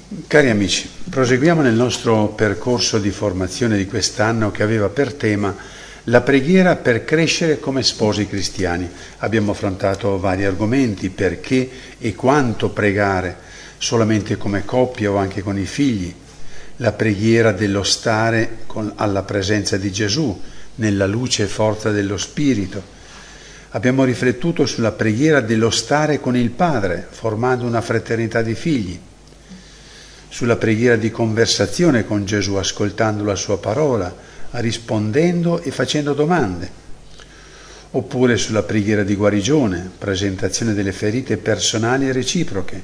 Cari amici, proseguiamo nel nostro percorso di formazione di quest'anno che aveva per tema la preghiera per crescere come sposi cristiani. Abbiamo affrontato vari argomenti: perché e quanto pregare, solamente come coppia o anche con i figli, la preghiera dello stare alla presenza di Gesù, nella luce e forza dello Spirito. Abbiamo riflettuto sulla preghiera dello stare con il Padre, formando una fraternità di figli, sulla preghiera di conversazione con Gesù, ascoltando la sua parola, rispondendo e facendo domande, oppure sulla preghiera di guarigione, presentazione delle ferite personali e reciproche,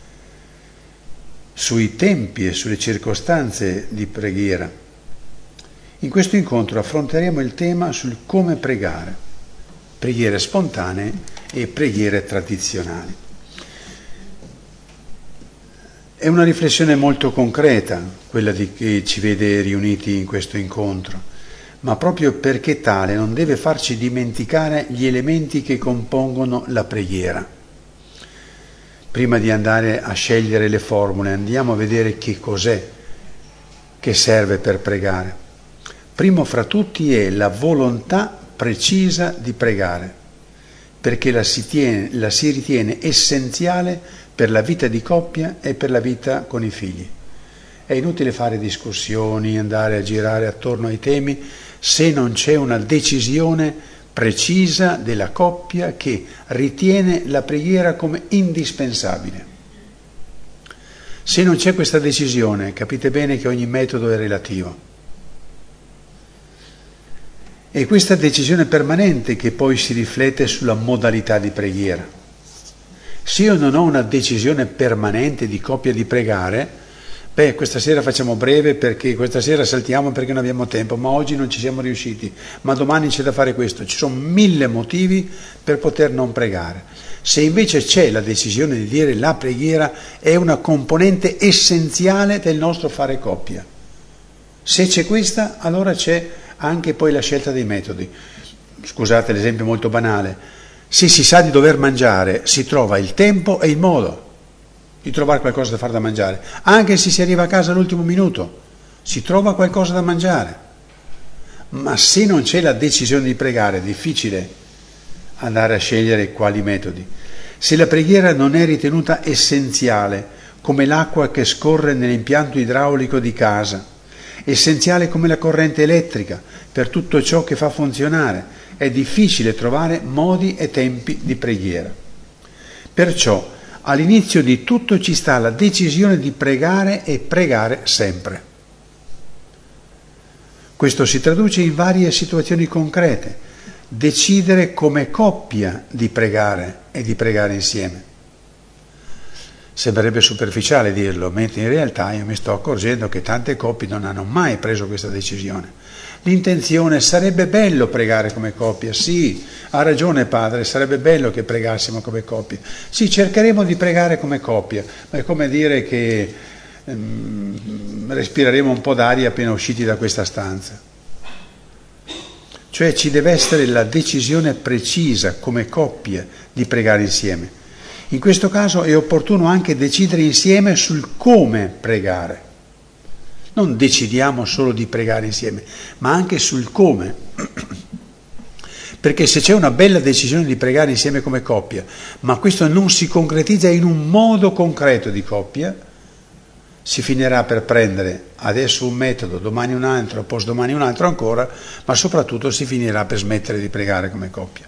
sui tempi e sulle circostanze di preghiera. In questo incontro affronteremo il tema sul come pregare, preghiere spontanee e preghiere tradizionali. È una riflessione molto concreta, quella che ci vede riuniti in questo incontro, ma proprio perché tale non deve farci dimenticare gli elementi che compongono la preghiera. Prima di andare a scegliere le formule, andiamo a vedere che cos'è che serve per pregare. Primo fra tutti è la volontà precisa di pregare, perché la si ritiene essenziale per la vita di coppia e per la vita con i figli. È inutile fare discussioni, andare a girare attorno ai temi, se non c'è una decisione precisa della coppia che ritiene la preghiera come indispensabile. Se non c'è questa decisione, capite bene che ogni metodo è relativo. È questa decisione permanente che poi si riflette sulla modalità di preghiera. Se io non ho una decisione permanente di coppia di pregare, questa sera facciamo breve perché questa sera saltiamo perché non abbiamo tempo, ma oggi non ci siamo riusciti, ma domani c'è da fare questo. Ci sono 1000 motivi per poter non pregare. Se invece c'è la decisione di dire la preghiera è una componente essenziale del nostro fare coppia. Se c'è questa, allora c'è anche poi la scelta dei metodi. Scusate l'esempio molto banale. Se si sa di dover mangiare, si trova il tempo e il modo di trovare qualcosa da fare da mangiare. Anche se si arriva a casa all'ultimo minuto, si trova qualcosa da mangiare. Ma se non c'è la decisione di pregare, è difficile andare a scegliere quali metodi. Se la preghiera non è ritenuta essenziale, come l'acqua che scorre nell'impianto idraulico di casa, essenziale come la corrente elettrica per tutto ciò che fa funzionare, è difficile trovare modi e tempi di preghiera. Perciò all'inizio di tutto ci sta la decisione di pregare e pregare sempre. Questo si traduce in varie situazioni concrete. Decidere come coppia di pregare e di pregare insieme. Sembrerebbe superficiale dirlo, mentre in realtà io mi sto accorgendo che tante coppie non hanno mai preso questa decisione. L'intenzione: sarebbe bello pregare come coppia. Sì, ha ragione padre, sarebbe bello che pregassimo come coppia. Sì, cercheremo di pregare come coppia, ma è come dire che respireremo un po' d'aria appena usciti da questa stanza. Cioè ci deve essere la decisione precisa come coppia di pregare insieme. In questo caso è opportuno anche decidere insieme sul come pregare. Non decidiamo solo di pregare insieme, ma anche sul come. Perché se c'è una bella decisione di pregare insieme come coppia, ma questo non si concretizza in un modo concreto di coppia, si finirà per prendere adesso un metodo, domani un altro, postdomani un altro ancora, ma soprattutto si finirà per smettere di pregare come coppia.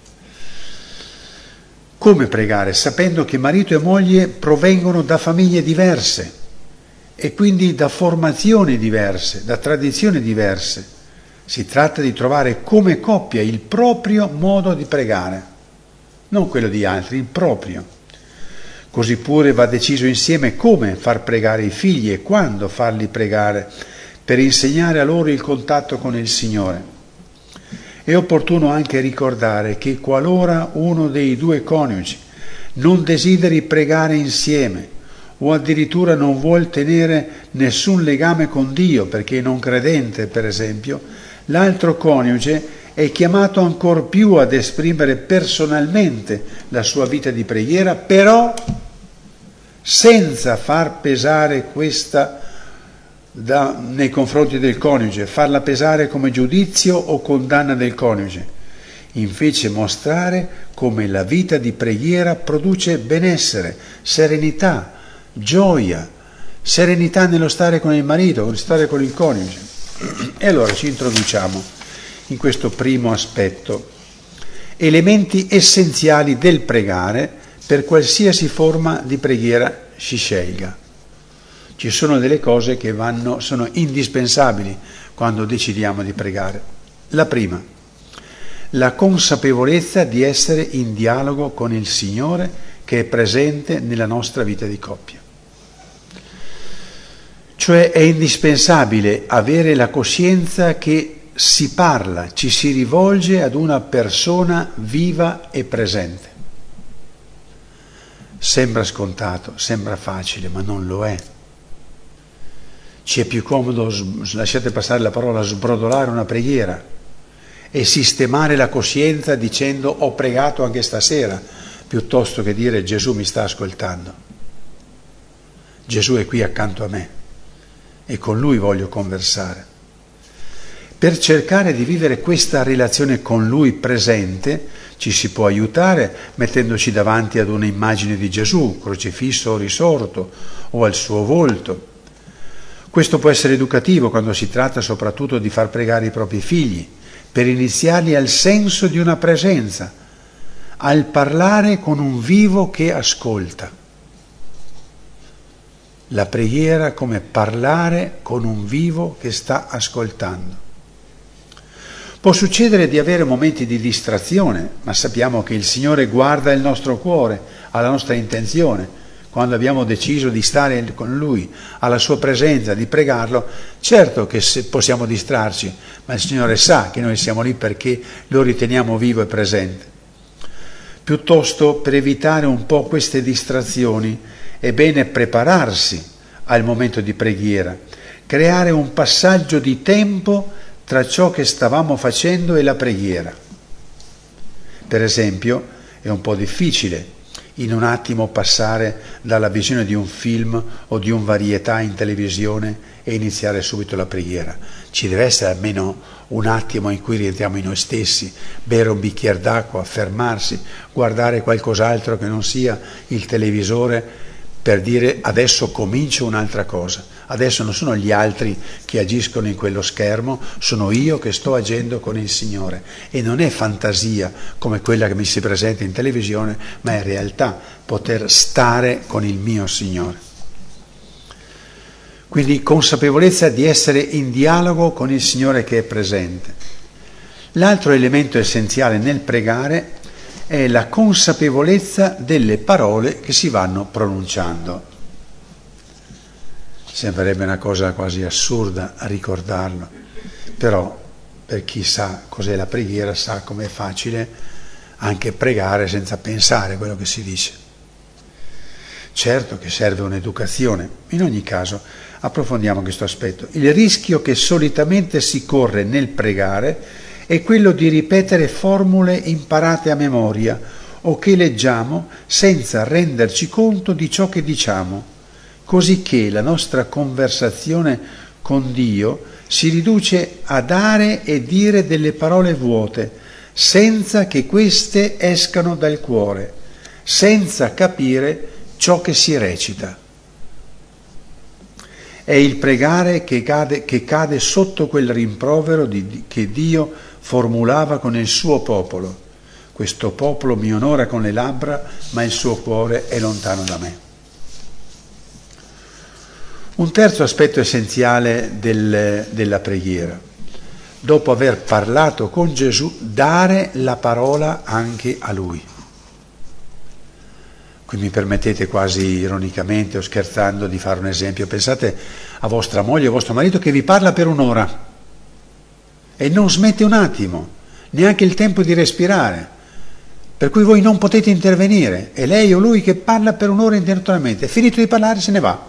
Come pregare? Sapendo che marito e moglie provengono da famiglie diverse e quindi da formazioni diverse, da tradizioni diverse. Si tratta di trovare come coppia il proprio modo di pregare, non quello di altri, il proprio. Così pure va deciso insieme come far pregare i figli e quando farli pregare, per insegnare a loro il contatto con il Signore. È opportuno anche ricordare che qualora uno dei due coniugi non desideri pregare insieme o addirittura non vuol tenere nessun legame con Dio perché è non credente, per esempio, l'altro coniuge è chiamato ancor più ad esprimere personalmente la sua vita di preghiera, però senza far pesare questa nei confronti del coniuge, farla pesare come giudizio o condanna del coniuge, invece mostrare come la vita di preghiera produce benessere, serenità, gioia, serenità nello stare con il marito, nello stare con il coniuge. E allora ci introduciamo in questo primo aspetto, elementi essenziali del pregare per qualsiasi forma di preghiera si scelga. Ci sono delle cose che sono indispensabili quando decidiamo di pregare. La prima, la consapevolezza di essere in dialogo con il Signore che è presente nella nostra vita di coppia. Cioè è indispensabile avere la coscienza che si parla, ci si rivolge ad una persona viva e presente. Sembra scontato, sembra facile, ma non lo è. Ci è più comodo, lasciate passare la parola, sbrodolare una preghiera e sistemare la coscienza dicendo ho pregato anche stasera, piuttosto che dire Gesù mi sta ascoltando. Gesù è qui accanto a me e con Lui voglio conversare. Per cercare di vivere questa relazione con Lui presente ci si può aiutare mettendoci davanti ad un'immagine di Gesù, crocifisso o risorto, o al suo volto. Questo può essere educativo quando si tratta soprattutto di far pregare i propri figli, per iniziarli al senso di una presenza, al parlare con un vivo che ascolta. La preghiera come parlare con un vivo che sta ascoltando. Può succedere di avere momenti di distrazione, ma sappiamo che il Signore guarda il nostro cuore, alla nostra intenzione. Quando abbiamo deciso di stare con Lui, alla Sua presenza, di pregarlo, certo che possiamo distrarci, ma il Signore sa che noi siamo lì perché lo riteniamo vivo e presente. Piuttosto, per evitare un po' queste distrazioni, è bene prepararsi al momento di preghiera, creare un passaggio di tempo tra ciò che stavamo facendo e la preghiera. Per esempio, è un po' difficile in un attimo passare dalla visione di un film o di un varietà in televisione e iniziare subito la preghiera. Ci deve essere almeno un attimo in cui rientriamo in noi stessi, bere un bicchiere d'acqua, fermarsi, guardare qualcos'altro che non sia il televisore per dire adesso comincio un'altra cosa. Adesso non sono gli altri che agiscono in quello schermo, sono io che sto agendo con il Signore. E non è fantasia come quella che mi si presenta in televisione, ma è realtà poter stare con il mio Signore. Quindi consapevolezza di essere in dialogo con il Signore che è presente. L'altro elemento essenziale nel pregare è la consapevolezza delle parole che si vanno pronunciando. Sembrerebbe una cosa quasi assurda a ricordarlo, però per chi sa cos'è la preghiera sa com'è facile anche pregare senza pensare a quello che si dice. Certo che serve un'educazione, in ogni caso approfondiamo questo aspetto. Il rischio che solitamente si corre nel pregare è quello di ripetere formule imparate a memoria o che leggiamo senza renderci conto di ciò che diciamo, cosicché la nostra conversazione con Dio si riduce a dare e dire delle parole vuote, senza che queste escano dal cuore, senza capire ciò che si recita. È il pregare che cade sotto quel rimprovero che Dio formulava con il suo popolo. Questo popolo mi onora con le labbra, ma il suo cuore è lontano da me. Un terzo aspetto essenziale della preghiera, dopo aver parlato con Gesù, dare la parola anche a Lui. Qui mi permettete quasi ironicamente o scherzando di fare un esempio. Pensate a vostra moglie o vostro marito che vi parla per un'ora e non smette un attimo, neanche il tempo di respirare, per cui voi non potete intervenire, è lei o lui che parla per un'ora ininterrottamente, finito di parlare se ne va.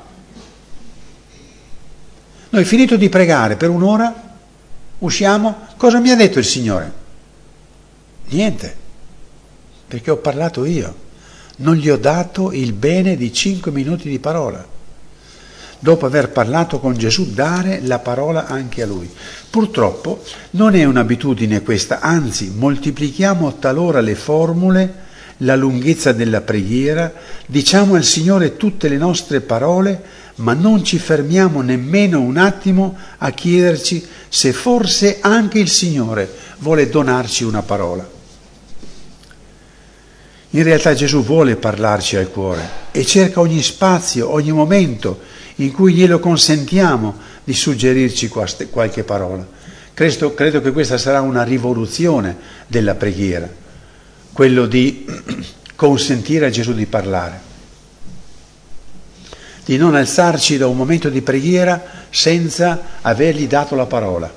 Noi finito di pregare per un'ora, usciamo, cosa mi ha detto il Signore? Niente, perché ho parlato io. non gli ho dato il bene di 5 minuti di parola. Dopo aver parlato con Gesù, dare la parola anche a Lui. Purtroppo non è un'abitudine questa, anzi moltiplichiamo talora le formule, la lunghezza della preghiera, diciamo al Signore tutte le nostre parole, ma non ci fermiamo nemmeno un attimo a chiederci se forse anche il Signore vuole donarci una parola. In realtà Gesù vuole parlarci al cuore e cerca ogni spazio, ogni momento in cui glielo consentiamo di suggerirci qualche parola. Credo che questa sarà una rivoluzione della preghiera, quello di consentire a Gesù di parlare, di non alzarci da un momento di preghiera senza avergli dato la parola.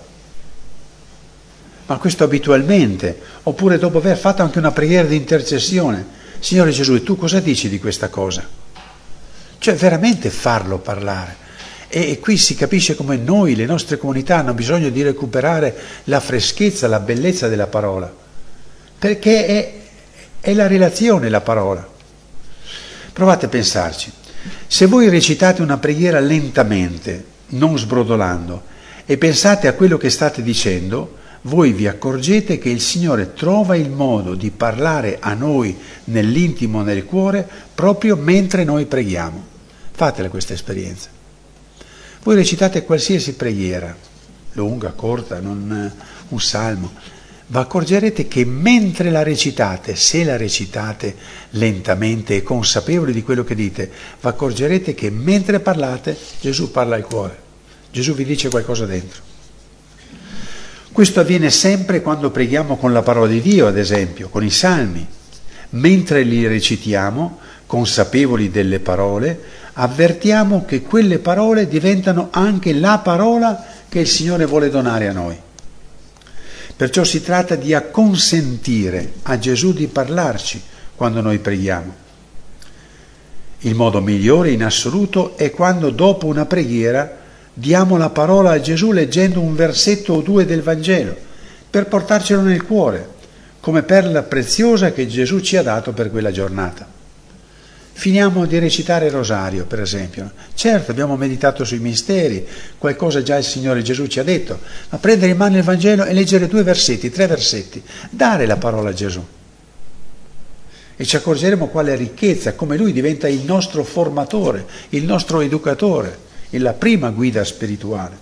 Ma questo abitualmente, oppure dopo aver fatto anche una preghiera di intercessione. Signore Gesù, e tu cosa dici di questa cosa? Cioè veramente farlo parlare. E qui si capisce come noi, le nostre comunità, hanno bisogno di recuperare la freschezza, la bellezza della parola. Perché è la relazione la parola. Provate a pensarci. Se voi recitate una preghiera lentamente, non sbrodolando, e pensate a quello che state dicendo, voi vi accorgete che il Signore trova il modo di parlare a noi nell'intimo, nel cuore, proprio mentre noi preghiamo. Fatela questa esperienza. Voi recitate qualsiasi preghiera, lunga, corta, un salmo, vi accorgerete che mentre la recitate, se la recitate lentamente e consapevoli di quello che dite, vi accorgerete che mentre parlate Gesù parla al cuore, Gesù vi dice qualcosa dentro. Questo avviene sempre quando preghiamo con la parola di Dio, ad esempio, con i salmi. Mentre li recitiamo, consapevoli delle parole, avvertiamo che quelle parole diventano anche la parola che il Signore vuole donare a noi. Perciò si tratta di acconsentire a Gesù di parlarci quando noi preghiamo. Il modo migliore in assoluto è quando dopo una preghiera diamo la parola a Gesù leggendo un versetto o due del Vangelo per portarcelo nel cuore, come perla preziosa che Gesù ci ha dato per quella giornata. Finiamo di recitare il rosario, per esempio. Certo, abbiamo meditato sui misteri, qualcosa già il Signore Gesù ci ha detto, ma prendere in mano il Vangelo e leggere 2 versetti, 3 versetti, dare la parola a Gesù. E ci accorgeremo quale ricchezza, come Lui diventa il nostro formatore, il nostro educatore, la prima guida spirituale.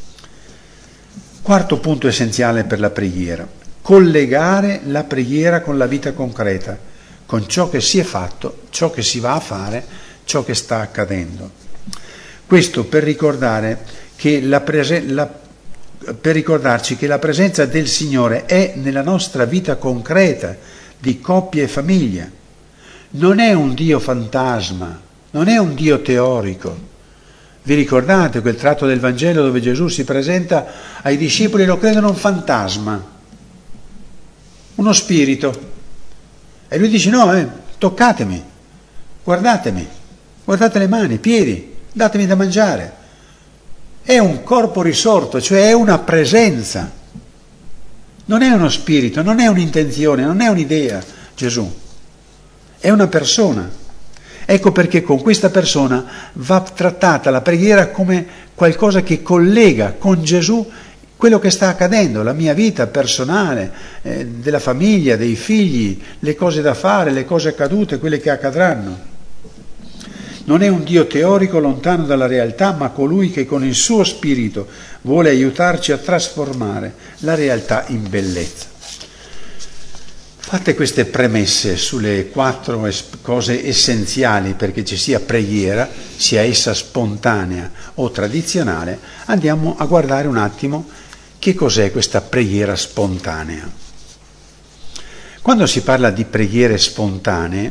Quarto punto essenziale per la preghiera: collegare la preghiera con la vita concreta, con ciò che si è fatto, ciò che si va a fare, ciò che sta accadendo. Questo per ricordare che per ricordarci che la presenza del Signore è nella nostra vita concreta di coppia e famiglia. Non è un Dio fantasma, non è un Dio teorico. Vi ricordate quel tratto del Vangelo dove Gesù si presenta ai discepoli e lo credono un fantasma, uno spirito. E lui dice: no, toccatemi, guardatemi, guardate le mani, i piedi, datemi da mangiare. È un corpo risorto, cioè è una presenza. Non è uno spirito, non è un'intenzione, non è un'idea, Gesù. È una persona. Ecco perché con questa persona va trattata la preghiera come qualcosa che collega con Gesù quello che sta accadendo, la mia vita personale, della famiglia, dei figli, le cose da fare, le cose accadute, quelle che accadranno. Non è un Dio teorico lontano dalla realtà, ma colui che con il suo spirito vuole aiutarci a trasformare la realtà in bellezza. Fatte queste premesse sulle 4 cose essenziali perché ci sia preghiera, sia essa spontanea o tradizionale, andiamo a guardare un attimo che cos'è questa preghiera spontanea. Quando si parla di preghiere spontanee,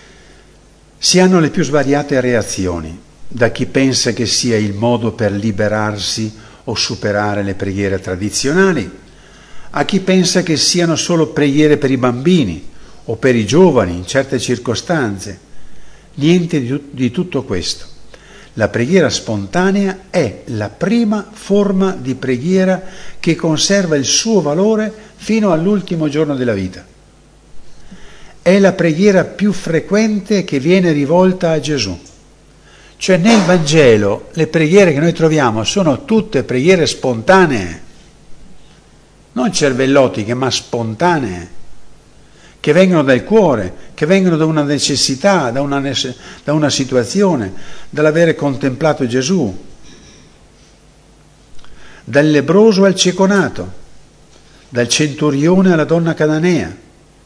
si hanno le più svariate reazioni, da chi pensa che sia il modo per liberarsi o superare le preghiere tradizionali, a chi pensa che siano solo preghiere per i bambini o per i giovani in certe circostanze. Niente di tutto questo. La preghiera spontanea è la prima forma di preghiera che conserva il suo valore fino all'ultimo giorno della vita. è la preghiera più frequente che viene rivolta a Gesù. Cioè nel Vangelo le preghiere che noi troviamo sono tutte preghiere spontanee, non cervellotiche, ma spontanee, che vengono dal cuore, che vengono da una necessità, da una situazione, dall'avere contemplato Gesù, dal lebbroso al cieco nato, dal centurione alla donna cananea.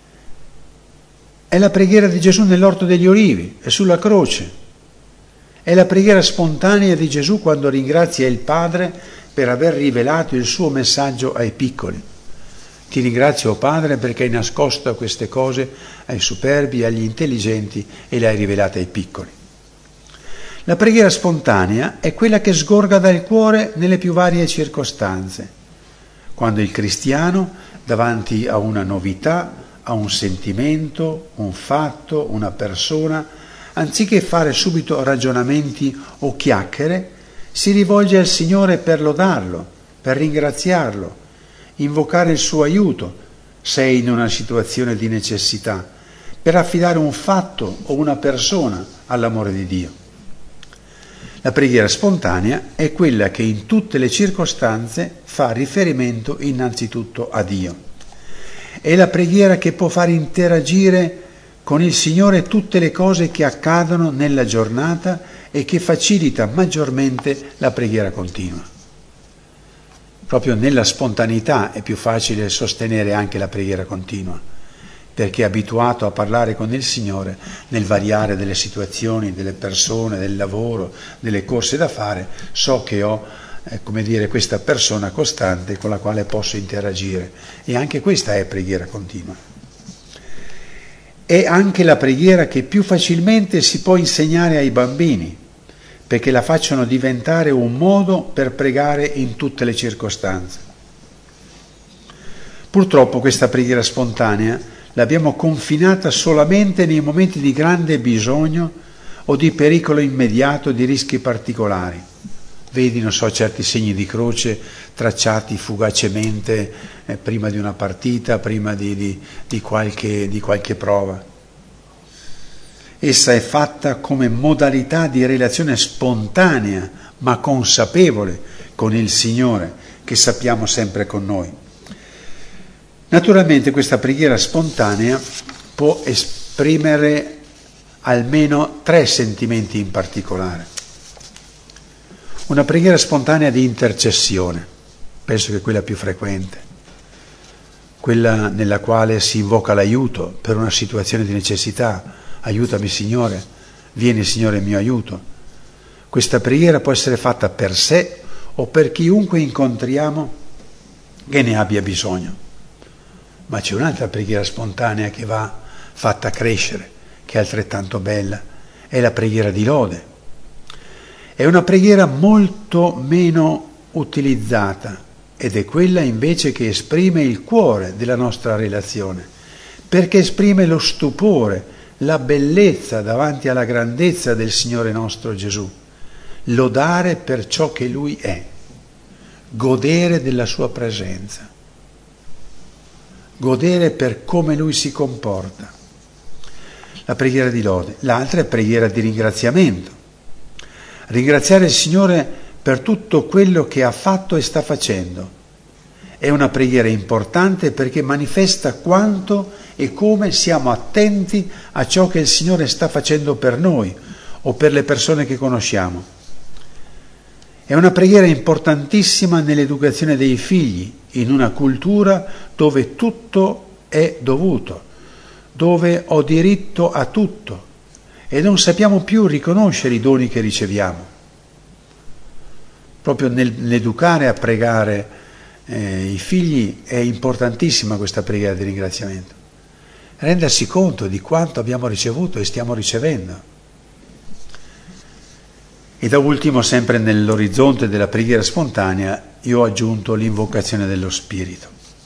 È la preghiera di Gesù nell'Orto degli Olivi e sulla croce. È la preghiera spontanea di Gesù quando ringrazia il Padre per aver rivelato il suo messaggio ai piccoli. Ti ringrazio, Padre, perché hai nascosto queste cose ai superbi, agli intelligenti e le hai rivelate ai piccoli. La preghiera spontanea è quella che sgorga dal cuore nelle più varie circostanze. Quando il cristiano, davanti a una novità, a un sentimento, un fatto, una persona, anziché fare subito ragionamenti o chiacchiere, si rivolge al Signore per lodarlo, per ringraziarlo, invocare il suo aiuto, se è in una situazione di necessità, per affidare un fatto o una persona all'amore di Dio. La preghiera spontanea è quella che in tutte le circostanze fa riferimento innanzitutto a Dio. È la preghiera che può far interagire con il Signore tutte le cose che accadono nella giornata e che facilita maggiormente la preghiera continua. Proprio nella spontaneità è più facile sostenere anche la preghiera continua, perché è abituato a parlare con il Signore nel variare delle situazioni, delle persone, del lavoro, delle corse da fare. So che ho, questa persona costante con la quale posso interagire, e anche questa è preghiera continua. È anche la preghiera che più facilmente si può insegnare ai bambini, perché la facciano diventare un modo per pregare in tutte le circostanze. Purtroppo questa preghiera spontanea l'abbiamo confinata solamente nei momenti di grande bisogno o di pericolo immediato, di rischi particolari. Vedi, certi segni di croce tracciati fugacemente prima di una partita, prima di qualche prova. Essa è fatta come modalità di relazione spontanea, ma consapevole con il Signore, che sappiamo sempre con noi. Naturalmente questa preghiera spontanea può esprimere almeno 3 sentimenti in particolare. Una preghiera spontanea di intercessione, penso che è quella più frequente, quella nella quale si invoca l'aiuto per una situazione di necessità. Aiutami Signore, vieni Signore in mio aiuto. Questa preghiera può essere fatta per sé o per chiunque incontriamo che ne abbia bisogno. Ma c'è un'altra preghiera spontanea che va fatta crescere, che è altrettanto bella, è la preghiera di lode. È una preghiera molto meno utilizzata ed è quella invece che esprime il cuore della nostra relazione, perché esprime lo stupore, la bellezza davanti alla grandezza del Signore nostro Gesù, lodare per ciò che Lui è, godere della Sua presenza, godere per come Lui si comporta. La preghiera di lode. L'altra è preghiera di ringraziamento. Ringraziare il Signore per tutto quello che ha fatto e sta facendo. È una preghiera importante perché manifesta quanto e come siamo attenti a ciò che il Signore sta facendo per noi o per le persone che conosciamo. È una preghiera importantissima nell'educazione dei figli, in una cultura dove tutto è dovuto, dove ho diritto a tutto e non sappiamo più riconoscere i doni che riceviamo. Proprio nell'educare a pregare i figli è importantissima questa preghiera di ringraziamento. Rendersi conto di quanto abbiamo ricevuto e stiamo ricevendo. E da ultimo, sempre nell'orizzonte della preghiera spontanea, io ho aggiunto l'invocazione dello Spirito.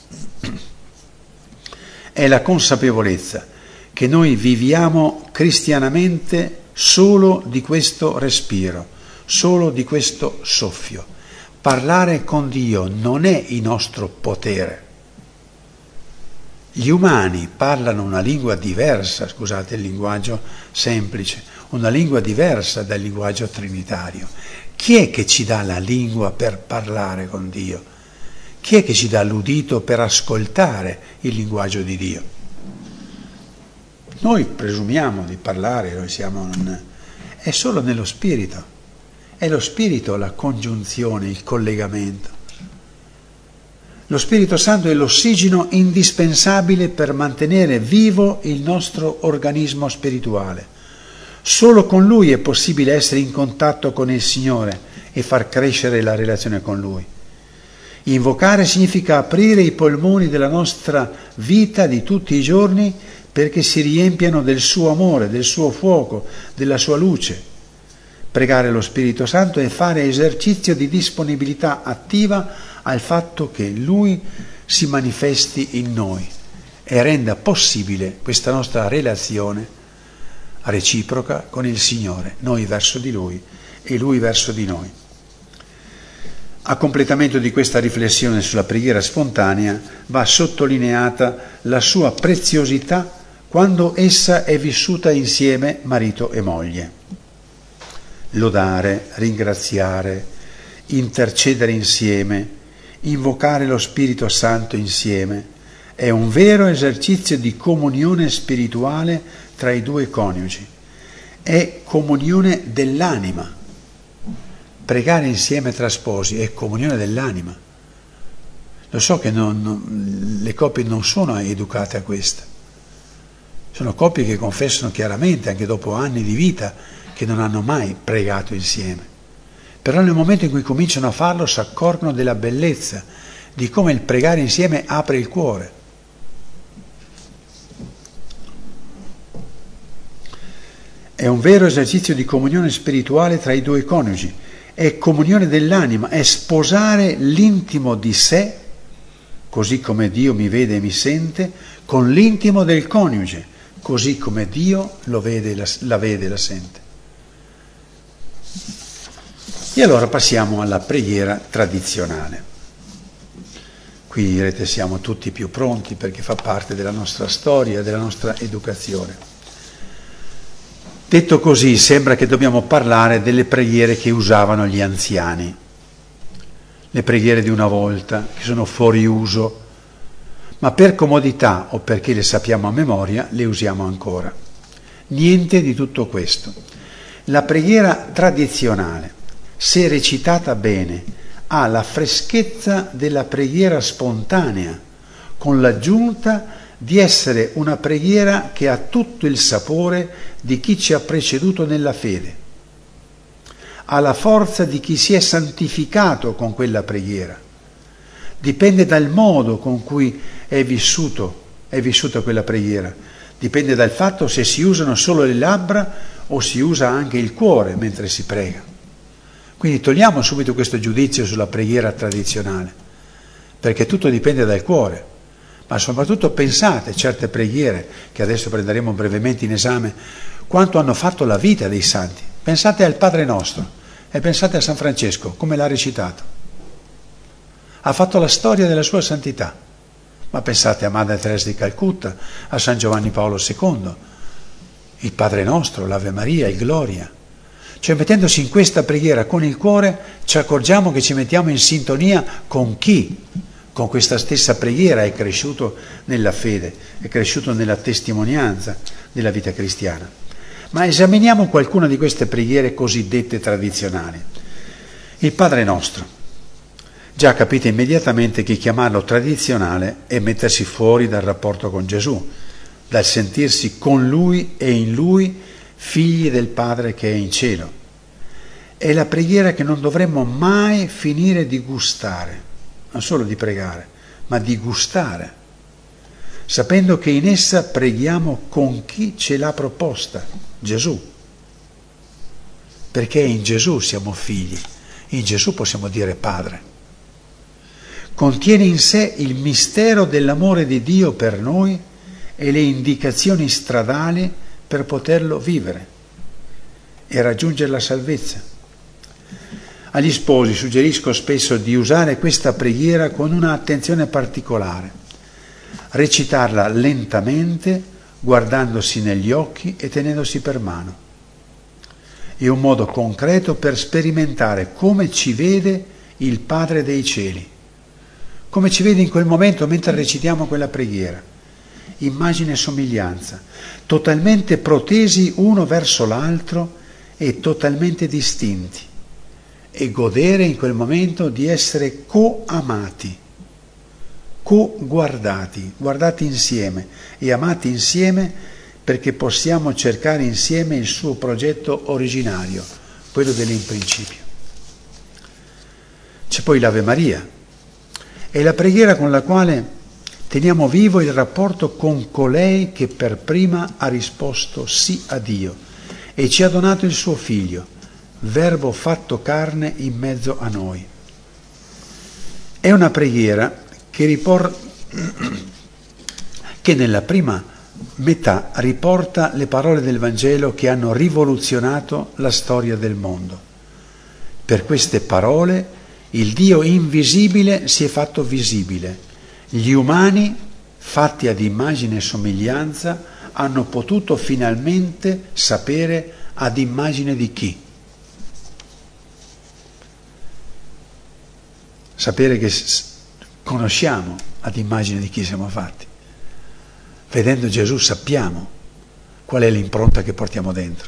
È la consapevolezza che noi viviamo cristianamente solo di questo respiro, solo di questo soffio. Parlare con Dio non è il nostro potere, Gli umani parlano una lingua diversa, scusate il linguaggio semplice, una lingua diversa dal linguaggio trinitario. Chi è che ci dà la lingua per parlare con Dio? Chi è che ci dà l'udito per ascoltare il linguaggio di Dio? Noi presumiamo di parlare, è solo nello Spirito. È lo Spirito la congiunzione, il collegamento. Lo Spirito Santo è l'ossigeno indispensabile per mantenere vivo il nostro organismo spirituale. Solo con Lui è possibile essere in contatto con il Signore e far crescere la relazione con Lui. Invocare significa aprire i polmoni della nostra vita di tutti i giorni perché si riempiano del suo amore, del suo fuoco, della sua luce. Pregare lo Spirito Santo è fare esercizio di disponibilità attiva al fatto che Lui si manifesti in noi e renda possibile questa nostra relazione reciproca con il Signore, noi verso di Lui e Lui verso di noi. A completamento di questa riflessione sulla preghiera spontanea va sottolineata la sua preziosità quando essa è vissuta insieme marito e moglie. Lodare, ringraziare, intercedere insieme, invocare lo Spirito Santo insieme è un vero esercizio di comunione spirituale tra i due coniugi. È comunione dell'anima. Pregare insieme tra sposi è comunione dell'anima. Lo so che le coppie non sono educate a questo. Sono coppie che confessano chiaramente, anche dopo anni di vita, che non hanno mai pregato insieme. Però nel momento in cui cominciano a farlo si accorgono della bellezza, di come il pregare insieme apre il cuore. È un vero esercizio di comunione spirituale tra i due coniugi, è comunione dell'anima, è sposare l'intimo di sé, così come Dio mi vede e mi sente, con l'intimo del coniuge, così come Dio la vede e la sente. E allora passiamo alla preghiera tradizionale. Qui direte siamo tutti più pronti perché fa parte della nostra storia, della nostra educazione. Detto così, sembra che dobbiamo parlare delle preghiere che usavano gli anziani, le preghiere di una volta, che sono fuori uso, ma per comodità o perché le sappiamo a memoria, le usiamo ancora. Niente di tutto questo. La preghiera tradizionale, se recitata bene, ha la freschezza della preghiera spontanea, con l'aggiunta di essere una preghiera che ha tutto il sapore di chi ci ha preceduto nella fede. Ha la forza di chi si è santificato con quella preghiera. Dipende dal modo con cui è vissuta quella preghiera. Dipende dal fatto se si usano solo le labbra o si usa anche il cuore mentre si prega. Quindi togliamo subito questo giudizio sulla preghiera tradizionale, perché tutto dipende dal cuore. Ma soprattutto pensate, certe preghiere, che adesso prenderemo brevemente in esame, quanto hanno fatto la vita dei santi. Pensate al Padre Nostro e pensate a San Francesco, come l'ha recitato. Ha fatto la storia della sua santità. Ma pensate a Madre Teresa di Calcutta, a San Giovanni Paolo II, il Padre Nostro, l'Ave Maria, il Gloria. Cioè, mettendosi in questa preghiera con il cuore, ci accorgiamo che ci mettiamo in sintonia con chi, con questa stessa preghiera, è cresciuto nella fede, è cresciuto nella testimonianza della vita cristiana. Ma esaminiamo qualcuna di queste preghiere cosiddette tradizionali. Il Padre Nostro. Già capite immediatamente che chiamarlo tradizionale è mettersi fuori dal rapporto con Gesù, dal sentirsi con Lui e in Lui figli del Padre che è in cielo. È la preghiera che non dovremmo mai finire di gustare, non solo di pregare, ma di gustare, sapendo che in essa preghiamo con chi ce l'ha proposta, Gesù. Perché in Gesù siamo figli, in Gesù possiamo dire Padre. Contiene in sé il mistero dell'amore di Dio per noi e le indicazioni stradali per poterlo vivere e raggiungere la salvezza. Agli sposi suggerisco spesso di usare questa preghiera con una attenzione particolare. recitarla lentamente, guardandosi negli occhi e tenendosi per mano. È un modo concreto per sperimentare come ci vede il Padre dei Cieli, come ci vede in quel momento mentre recitiamo quella preghiera. Immagine e somiglianza, totalmente protesi uno verso l'altro e totalmente distinti, e godere in quel momento di essere co-amati, co-guardati, guardati insieme e amati insieme, perché possiamo cercare insieme il suo progetto originario, quello dell'imprincipio. C'è poi l'Ave Maria, è la preghiera con la quale teniamo vivo il rapporto con colei che per prima ha risposto sì a Dio e ci ha donato il suo Figlio, Verbo fatto carne in mezzo a noi. È una preghiera che nella prima metà riporta le parole del Vangelo che hanno rivoluzionato la storia del mondo. Per queste parole il Dio invisibile si è fatto visibile. Gli umani, fatti ad immagine e somiglianza, hanno potuto finalmente sapere ad immagine di chi. Sapere che conosciamo ad immagine di chi siamo fatti. Vedendo Gesù sappiamo qual è l'impronta che portiamo dentro.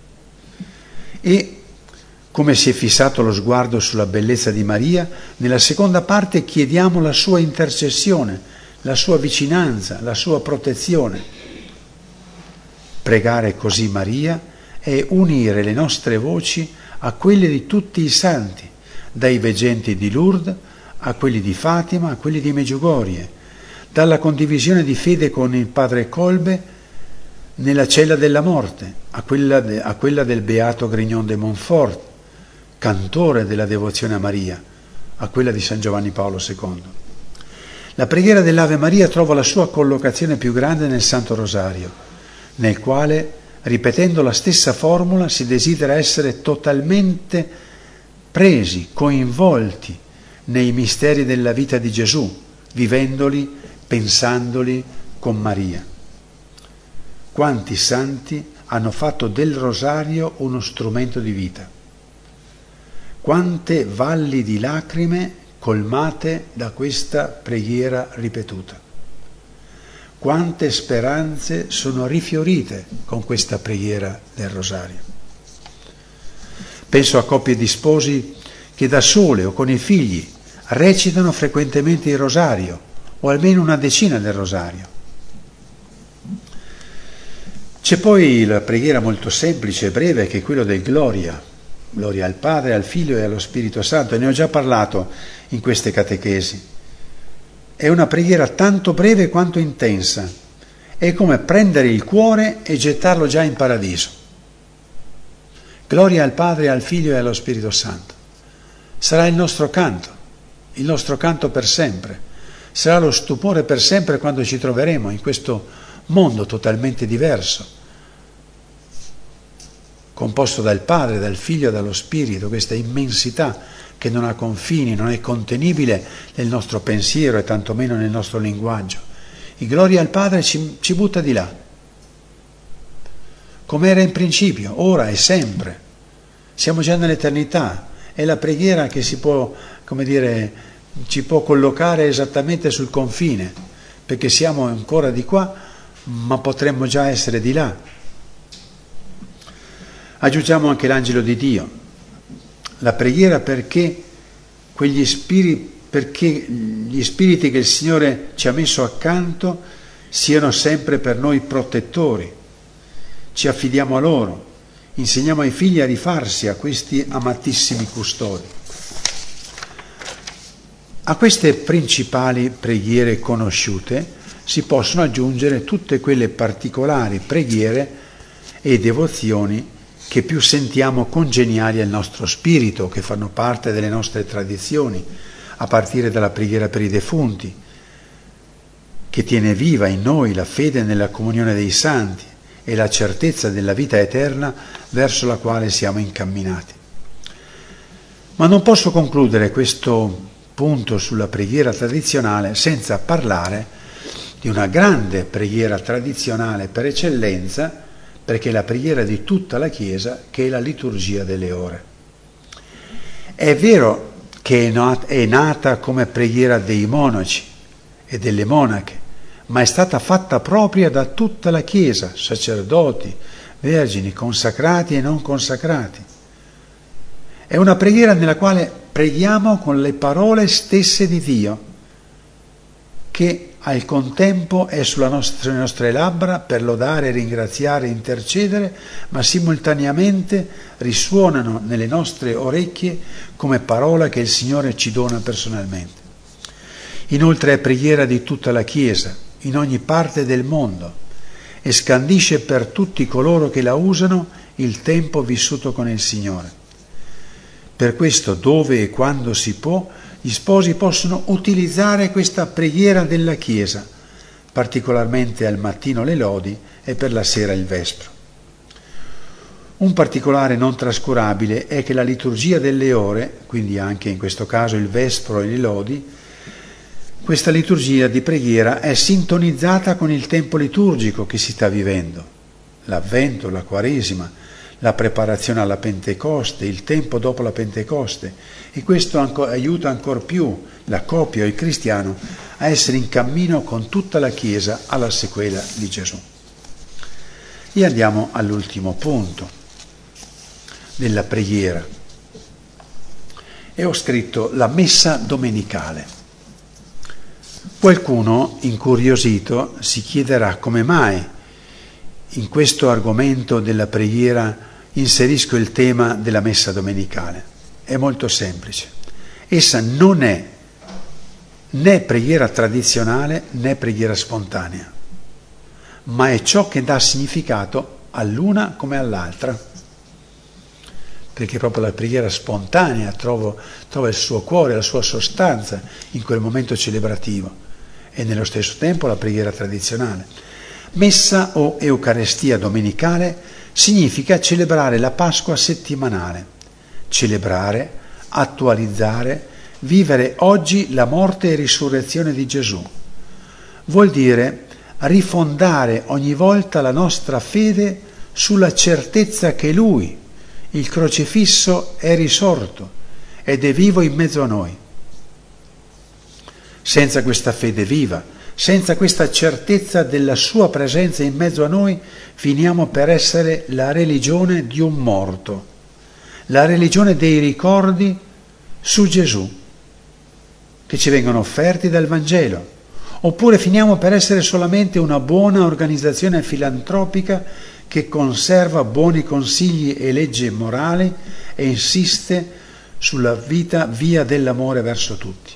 E come si è fissato lo sguardo sulla bellezza di Maria, nella seconda parte chiediamo la sua intercessione, la sua vicinanza, la sua protezione. Pregare così Maria è unire le nostre voci a quelle di tutti i santi, dai veggenti di Lourdes a quelli di Fatima, a quelli di Medjugorje, dalla condivisione di fede con il padre Kolbe nella cella della morte, a quella del beato Grignon de Montfort, cantore della devozione a Maria, a quella di San Giovanni Paolo II. La preghiera dell'Ave Maria trova la sua collocazione più grande nel Santo Rosario, nel quale, ripetendo la stessa formula, si desidera essere totalmente presi, coinvolti nei misteri della vita di Gesù, vivendoli, pensandoli con Maria. Quanti santi hanno fatto del rosario uno strumento di vita? Quante valli di lacrime colmate da questa preghiera ripetuta? Quante speranze sono rifiorite con questa preghiera del rosario? Penso a coppie di sposi che da sole o con i figli recitano frequentemente il rosario, o almeno una decina del rosario. C'è poi la preghiera molto semplice e breve, che è quello del Gloria. Gloria al Padre, al Figlio e allo Spirito Santo, e ne ho già parlato in queste catechesi. È una preghiera tanto breve quanto intensa, è come prendere il cuore e gettarlo già in paradiso. Gloria al Padre, al Figlio e allo Spirito Santo. Sarà il nostro canto per sempre, sarà lo stupore per sempre quando ci troveremo in questo mondo totalmente diverso, composto dal Padre, dal Figlio e dallo Spirito, questa immensità che non ha confini, non è contenibile nel nostro pensiero e tantomeno nel nostro linguaggio. Il gloria al Padre ci butta di là, come era in principio, ora e sempre. Siamo già nell'eternità, è la preghiera che si può, ci può collocare esattamente sul confine, perché siamo ancora di qua, ma potremmo già essere di là. Aggiungiamo anche l'angelo di Dio, la preghiera perché gli spiriti che il Signore ci ha messo accanto siano sempre per noi protettori. Ci affidiamo a loro, insegniamo ai figli a rifarsi a questi amatissimi custodi. A queste principali preghiere conosciute si possono aggiungere tutte quelle particolari preghiere e devozioni che più sentiamo congeniali al nostro spirito, che fanno parte delle nostre tradizioni, a partire dalla preghiera per i defunti, che tiene viva in noi la fede nella comunione dei santi e la certezza della vita eterna verso la quale siamo incamminati. Ma non posso concludere questo punto sulla preghiera tradizionale senza parlare di una grande preghiera tradizionale per eccellenza, perché è la preghiera di tutta la Chiesa, che è la liturgia delle ore. È vero che è nata come preghiera dei monaci e delle monache, ma è stata fatta propria da tutta la Chiesa, sacerdoti, vergini, consacrati e non consacrati. È una preghiera nella quale preghiamo con le parole stesse di Dio, che al contempo è sulle nostre labbra per lodare, ringraziare, intercedere, ma simultaneamente risuonano nelle nostre orecchie come parola che il Signore ci dona personalmente. Inoltre è preghiera di tutta la Chiesa, in ogni parte del mondo, e scandisce per tutti coloro che la usano il tempo vissuto con il Signore. Per questo, dove e quando si può, gli sposi possono utilizzare questa preghiera della Chiesa, particolarmente al mattino le lodi e per la sera il vespro. Un particolare non trascurabile è che la liturgia delle ore, quindi anche in questo caso il vespro e le lodi, questa liturgia di preghiera è sintonizzata con il tempo liturgico che si sta vivendo, l'Avvento, la Quaresima, la preparazione alla Pentecoste, il tempo dopo la Pentecoste, e questo aiuta ancor più la coppia o il cristiano a essere in cammino con tutta la Chiesa alla sequela di Gesù. E andiamo all'ultimo punto della preghiera. E ho scritto la messa domenicale. Qualcuno, incuriosito, si chiederà come mai in questo argomento della preghiera inserisco il tema della messa domenicale. È molto semplice. Essa non è né preghiera tradizionale né preghiera spontanea, ma è ciò che dà significato all'una come all'altra. Perché proprio la preghiera spontanea trova il suo cuore, la sua sostanza in quel momento celebrativo, e nello stesso tempo la preghiera tradizionale. Messa o Eucaristia domenicale significa celebrare la Pasqua settimanale, celebrare, attualizzare, vivere oggi la morte e risurrezione di Gesù. Vuol dire rifondare ogni volta la nostra fede sulla certezza che Lui, il crocifisso, è risorto ed è vivo in mezzo a noi. Senza questa fede viva, senza questa certezza della sua presenza in mezzo a noi, finiamo per essere la religione di un morto, la religione dei ricordi su Gesù che ci vengono offerti dal Vangelo, oppure finiamo per essere solamente una buona organizzazione filantropica che conserva buoni consigli e leggi morali e insiste sulla via dell'amore verso tutti.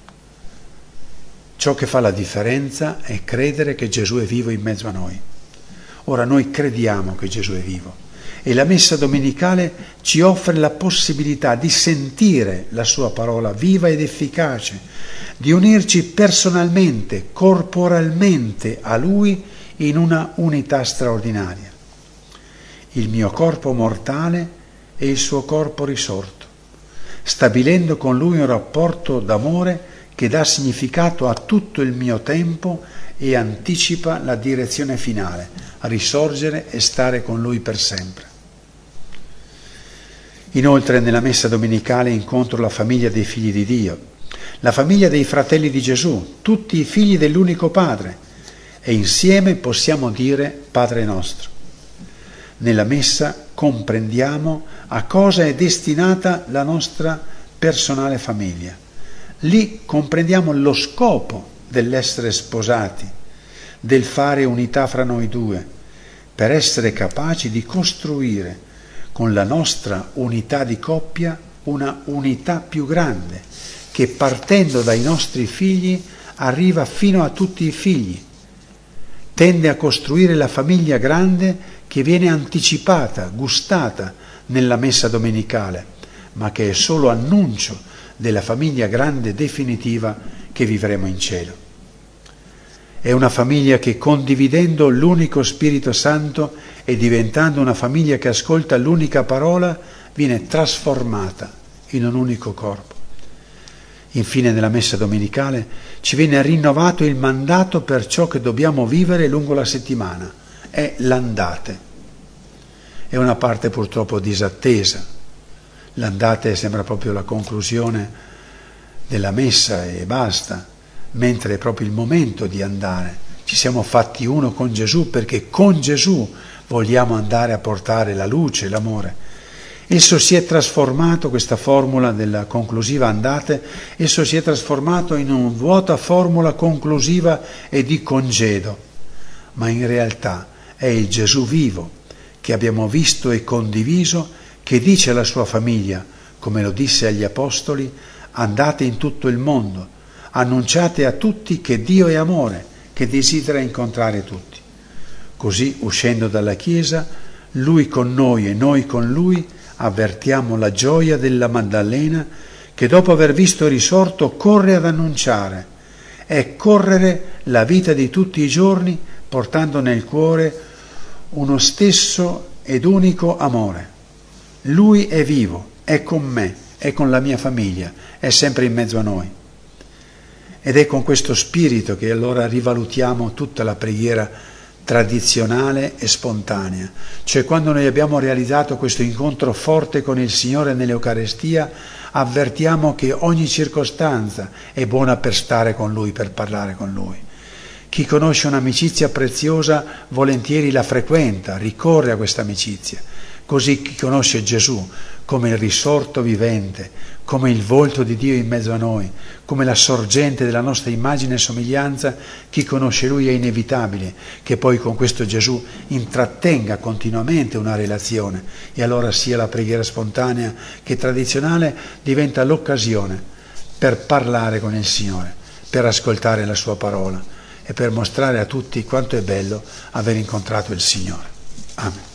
Ciò che fa la differenza è credere che Gesù è vivo in mezzo a noi. Ora noi crediamo che Gesù è vivo e la messa domenicale ci offre la possibilità di sentire la sua parola viva ed efficace, di unirci personalmente, corporalmente a Lui in una unità straordinaria. Il mio corpo mortale e il suo corpo risorto, stabilendo con Lui un rapporto d'amore che dà significato a tutto il mio tempo e anticipa la direzione finale, a risorgere e stare con Lui per sempre. Inoltre nella messa domenicale incontro la famiglia dei figli di Dio, la famiglia dei fratelli di Gesù, tutti i figli dell'unico Padre, e insieme possiamo dire Padre nostro. Nella messa comprendiamo a cosa è destinata la nostra personale famiglia. Lì comprendiamo lo scopo dell'essere sposati, del fare unità fra noi due, per essere capaci di costruire con la nostra unità di coppia una unità più grande, che partendo dai nostri figli arriva fino a tutti i figli. Tende a costruire la famiglia grande che viene anticipata, gustata nella messa domenicale, ma che è solo annuncio della famiglia grande definitiva che vivremo in cielo. È una famiglia che, condividendo l'unico Spirito Santo e diventando una famiglia che ascolta l'unica parola, viene trasformata in un unico corpo. Infine, nella messa domenicale ci viene rinnovato il mandato per ciò che dobbiamo vivere lungo la settimana. È l'andate. È una parte purtroppo disattesa. L'andate sembra proprio la conclusione della messa e basta, mentre è proprio il momento di andare. Ci siamo fatti uno con Gesù perché con Gesù vogliamo andare a portare la luce, l'amore. Esso si è trasformato, questa formula della conclusiva andate, esso si è trasformato in una vuota formula conclusiva e di congedo, ma in realtà è il Gesù vivo che abbiamo visto e condiviso, che dice alla sua famiglia, come lo disse agli apostoli: andate in tutto il mondo, annunciate a tutti che Dio è amore, che desidera incontrare tutti. Così, uscendo dalla Chiesa, Lui con noi e noi con Lui, avvertiamo la gioia della Maddalena che dopo aver visto il risorto corre ad annunciare. È correre la vita di tutti i giorni portando nel cuore uno stesso ed unico amore. Lui è vivo, è con me, è con la mia famiglia, è sempre in mezzo a noi. Ed è con questo spirito che allora rivalutiamo tutta la preghiera tradizionale e spontanea, cioè quando noi abbiamo realizzato questo incontro forte con il Signore nell'Eucarestia, avvertiamo che ogni circostanza è buona per stare con Lui, per parlare con Lui. Chi conosce un'amicizia preziosa volentieri la frequenta, ricorre a questa amicizia. Così chi conosce Gesù come il risorto vivente, come il volto di Dio in mezzo a noi, come la sorgente della nostra immagine e somiglianza, chi conosce Lui è inevitabile che poi con questo Gesù intrattenga continuamente una relazione, e allora sia la preghiera spontanea che tradizionale diventa l'occasione per parlare con il Signore, per ascoltare la Sua parola e per mostrare a tutti quanto è bello aver incontrato il Signore. Amen.